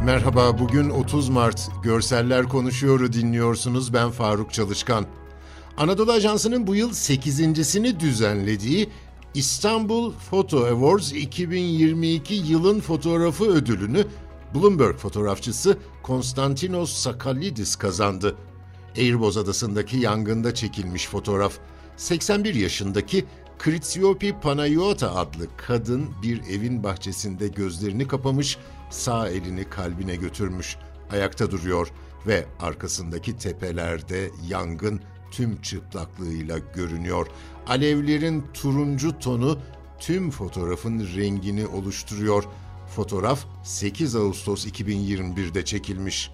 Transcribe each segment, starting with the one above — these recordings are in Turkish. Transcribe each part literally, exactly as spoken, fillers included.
Merhaba, bugün otuz Mart. Görseller Konuşuyor'u dinliyorsunuz. Ben Faruk Çalışkan. Anadolu Ajansı'nın bu yıl sekizincisini düzenlediği İstanbul Photo Awards iki bin yirmi iki yılın fotoğrafı ödülünü Bloomberg fotoğrafçısı Konstantinos Sakalidis kazandı. Eirboz Adası'ndaki yangında çekilmiş fotoğraf. seksen bir yaşındaki Kritsiopi Panayota adlı kadın bir evin bahçesinde gözlerini kapamış, sağ elini kalbine götürmüş, ayakta duruyor ve arkasındaki tepelerde yangın tüm çıplaklığıyla görünüyor. Alevlerin turuncu tonu tüm fotoğrafın rengini oluşturuyor. Fotoğraf sekiz Ağustos iki bin yirmi bir'de çekilmiş.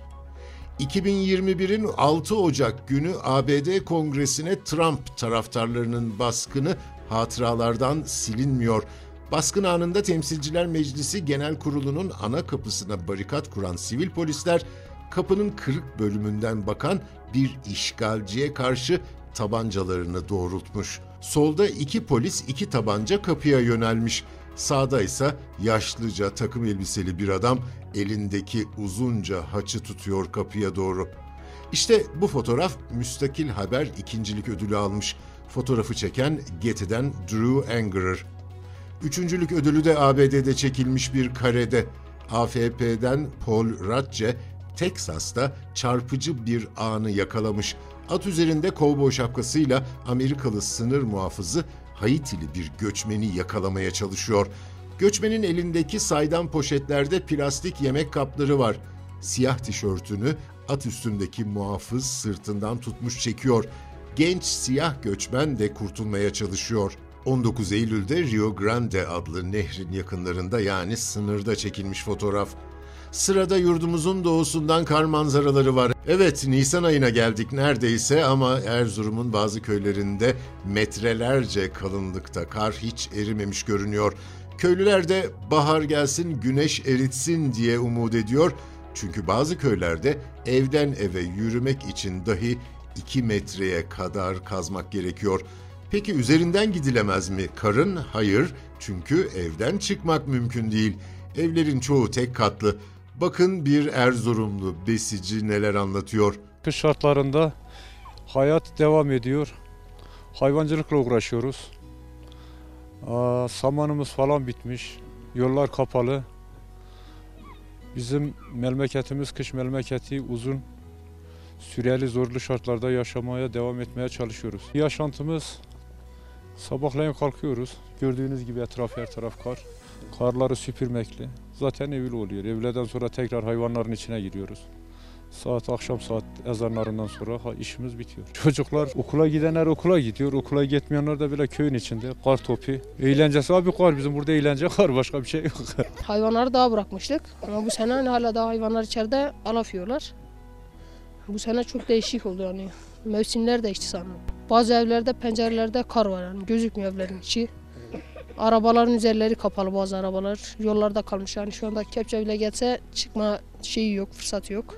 iki bin yirmi bir'in altı Ocak günü A B D Kongresi'ne Trump taraftarlarının baskını hatıralardan silinmiyor. Baskın anında Temsilciler Meclisi Genel Kurulu'nun ana kapısına barikat kuran sivil polisler, kapının kırık bölümünden bakan bir işgalciye karşı tabancalarını doğrultmuş. Solda iki polis, iki tabanca kapıya yönelmiş. Sağda ise yaşlıca takım elbiseli bir adam elindeki uzunca haçı tutuyor kapıya doğru. İşte bu fotoğraf Müstakil Haber ikincilik ödülü almış. Fotoğrafı çeken Getty'den Drew Angerer. Üçüncülük ödülü de A B D'de çekilmiş bir karede. A F P'den Paul Ratche, Teksas'ta çarpıcı bir anı yakalamış. At üzerinde kovboy şapkasıyla Amerikalı sınır muhafızı Haitili bir göçmeni yakalamaya çalışıyor. Göçmenin elindeki saydam poşetlerde plastik yemek kapları var. Siyah tişörtünü at üstündeki muhafız sırtından tutmuş çekiyor. Genç siyah göçmen de kurtulmaya çalışıyor. on dokuz Eylül'de Rio Grande adlı nehrin yakınlarında, yani sınırda çekilmiş fotoğraf. Sırada yurdumuzun doğusundan kar manzaraları var. Evet, Nisan ayına geldik neredeyse ama Erzurum'un bazı köylerinde metrelerce kalınlıkta kar hiç erimemiş görünüyor. Köylüler de bahar gelsin, güneş eritsin diye umut ediyor. Çünkü bazı köylerde evden eve yürümek için dahi iki metreye kadar kazmak gerekiyor. Peki üzerinden gidilemez mi karın? Hayır, çünkü evden çıkmak mümkün değil. Evlerin çoğu tek katlı. Bakın bir Erzurumlu besici neler anlatıyor. Kış şartlarında hayat devam ediyor. Hayvancılıkla uğraşıyoruz. Aa, samanımız falan bitmiş. Yollar kapalı. Bizim memleketimiz kış memleketi, uzun süreli zorlu şartlarda yaşamaya devam etmeye çalışıyoruz. Yaşantımız, sabahleyin kalkıyoruz. Gördüğünüz gibi etraf her taraf kar. Karları süpürmekle. Zaten evli oluyor. Evleden sonra tekrar hayvanların içine giriyoruz. Saat akşam saat ezanlarından sonra işimiz bitiyor. Çocuklar okula gidenler okula gidiyor. Okula gitmeyenler de bile köyün içinde. Kar topu. Eğlencesi abi kar. Bizim burada eğlence kar. Başka bir şey yok. Hayvanları daha bırakmıştık. Ama bu sene hani hala daha hayvanlar içeride alafıyorlar. Bu sene çok değişik oldu yani. Mevsimler değişti sanırım. Bazı evlerde pencerelerde kar var yani. Gözükmüyor evlerin içi. Arabaların üzerleri kapalı, bazı arabalar. Yollarda kalmış yani, şu anda kepçe bile gelse çıkma şeyi yok, fırsatı yok.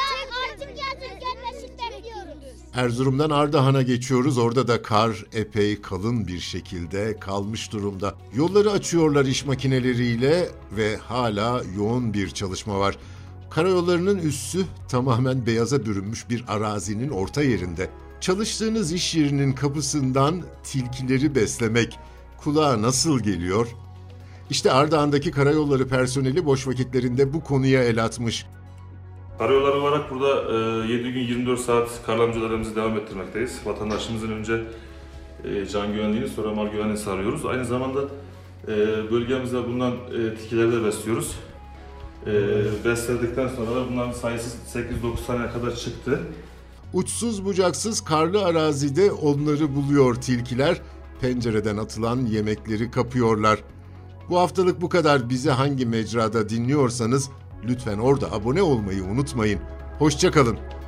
Erzurum'dan Ardahan'a geçiyoruz. Orada da kar epey kalın bir şekilde kalmış durumda. Yolları açıyorlar iş makineleriyle ve hala yoğun bir çalışma var. Karayollarının üssü tamamen beyaza bürünmüş bir arazinin orta yerinde. Çalıştığınız iş yerinin kapısından tilkileri beslemek kulağa nasıl geliyor? İşte Ardahan'daki karayolları personeli boş vakitlerinde bu konuya el atmış. Karayolları olarak burada yedi gün yirmi dört saat karla mücadelemizi devam ettirmekteyiz. Vatandaşımızın önce can güvenliğini, sonra mal güvenliğini sağlıyoruz. Aynı zamanda bölgemizde bulunan tilkileri de besliyoruz. Besledikten sonra da bunların sayısı sekiz dokuz taneye kadar çıktı. Uçsuz bucaksız karlı arazide onları buluyor tilkiler. Pencereden atılan yemekleri kapıyorlar. Bu haftalık bu kadar. Bizi hangi mecrada dinliyorsanız lütfen orada abone olmayı unutmayın. Hoşça kalın.